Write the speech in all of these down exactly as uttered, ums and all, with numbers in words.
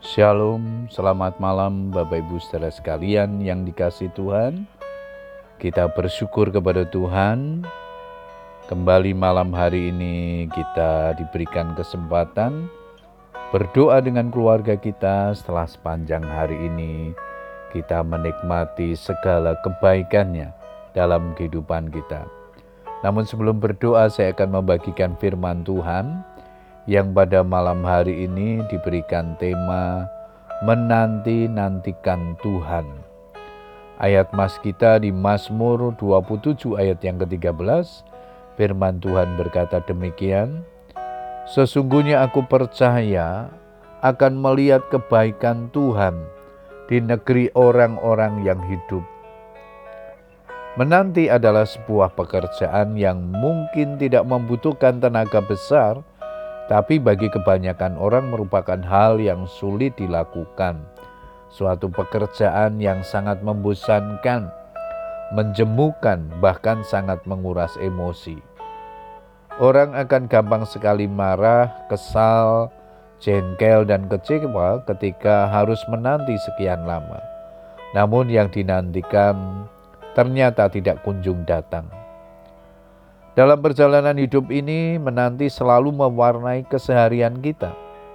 Shalom, selamat malam Bapak Ibu saudara sekalian yang dikasihi Tuhan. Kita bersyukur kepada Tuhan. Kembali malam hari ini kita diberikan kesempatan berdoa dengan keluarga kita setelah sepanjang hari ini kita menikmati segala kebaikannya dalam kehidupan kita. Namun sebelum berdoa saya akan membagikan firman Tuhan yang pada malam hari ini diberikan tema menanti-nantikan Tuhan. Ayat mas kita di Mazmur dua puluh tujuh ayat yang ketiga belas, firman Tuhan berkata demikian, sesungguhnya aku percaya akan melihat kebaikan Tuhan di negeri orang-orang yang hidup. Menanti adalah sebuah pekerjaan yang mungkin tidak membutuhkan tenaga besar, tapi bagi kebanyakan orang merupakan hal yang sulit dilakukan. Suatu pekerjaan yang sangat membosankan, menjemukan, bahkan sangat menguras emosi. Orang akan gampang sekali marah, kesal, jengkel, dan kecewa ketika harus menanti sekian lama. Namun yang dinantikan ternyata tidak kunjung datang. Dalam perjalanan hidup ini, menanti selalu mewarnai keseharian kita.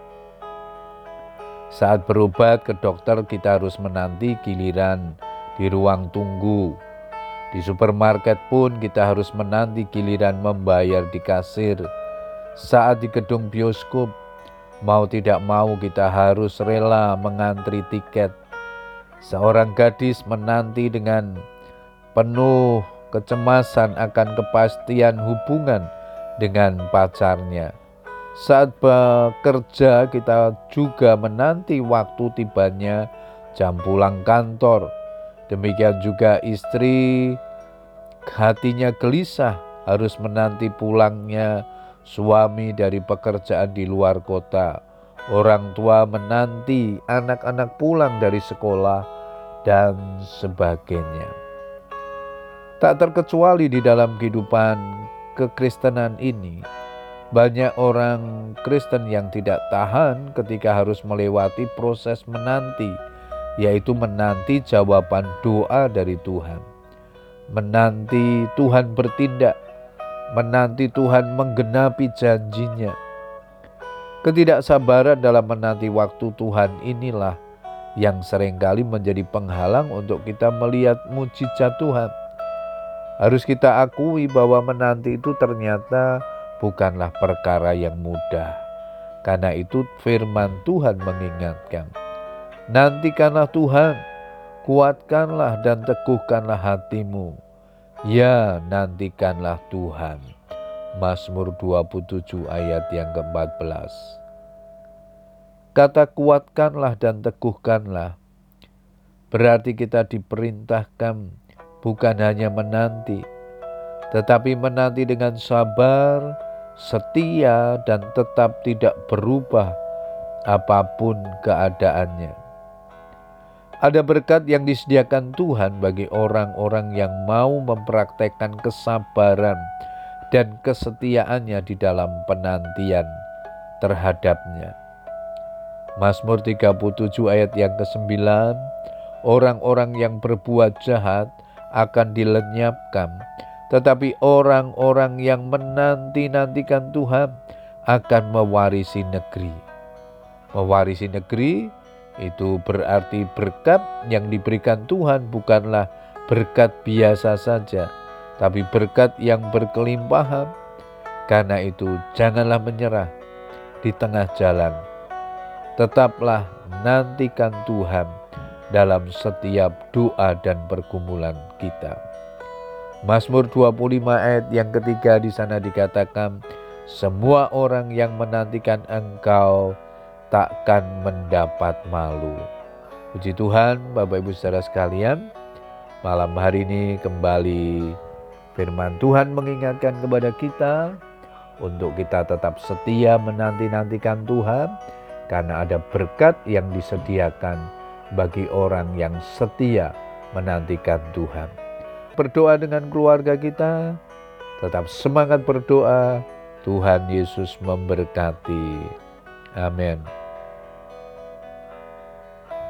Saat berobat ke dokter, kita harus menanti giliran di ruang tunggu. Di supermarket pun kita harus menanti giliran membayar di kasir. Saat di gedung bioskop, mau tidak mau kita harus rela mengantri tiket. Seorang gadis menanti dengan penuh kecemasan akan kepastian hubungan dengan pacarnya. Saat bekerja kita juga menanti waktu tibanya jam pulang kantor. Demikian juga istri hatinya gelisah harus menanti pulangnya suami dari pekerjaan di luar kota. Orang tua menanti anak-anak pulang dari sekolah dan sebagainya. Tak terkecuali di dalam kehidupan kekristenan ini, banyak orang Kristen yang tidak tahan ketika harus melewati proses menanti, yaitu menanti jawaban doa dari Tuhan. Menanti Tuhan bertindak, menanti Tuhan menggenapi janjinya. Ketidaksabaran dalam menanti waktu Tuhan inilah yang seringkali menjadi penghalang untuk kita melihat mujizat Tuhan. Harus kita akui bahwa menanti itu ternyata bukanlah perkara yang mudah. Karena itu firman Tuhan mengingatkan, nantikanlah Tuhan, kuatkanlah dan teguhkanlah hatimu. Ya, nantikanlah Tuhan. Mazmur dua puluh tujuh ayat yang keempat belas. Kata kuatkanlah dan teguhkanlah berarti kita diperintahkan bukan hanya menanti, tetapi menanti dengan sabar, setia, dan tetap tidak berubah apapun keadaannya. Ada berkat yang disediakan Tuhan bagi orang-orang yang mau mempraktekkan kesabaran dan kesetiaannya di dalam penantian terhadapnya. Mazmur tiga puluh tujuh ayat yang kesembilan, orang-orang yang berbuat jahat akan dilenyapkan, tetapi orang-orang yang menanti-nantikan Tuhan akan mewarisi negeri. Mewarisi negeri itu berarti berkat yang diberikan Tuhan bukanlah berkat biasa saja, tapi berkat yang berkelimpahan. Karena itu janganlah menyerah di tengah jalan. Tetaplah nantikan Tuhan dalam setiap doa dan pergumulan kita. Mazmur dua puluh lima ayat yang ketiga di sana dikatakan, semua orang yang menantikan Engkau takkan mendapat malu. Puji Tuhan, Bapak Ibu saudara sekalian, malam hari ini kembali firman Tuhan mengingatkan kepada kita untuk kita tetap setia menanti-nantikan Tuhan, karena ada berkat yang disediakan bagi orang yang setia menantikan Tuhan. Berdoa dengan keluarga kita, tetap semangat berdoa. Tuhan Yesus memberkati. Amin.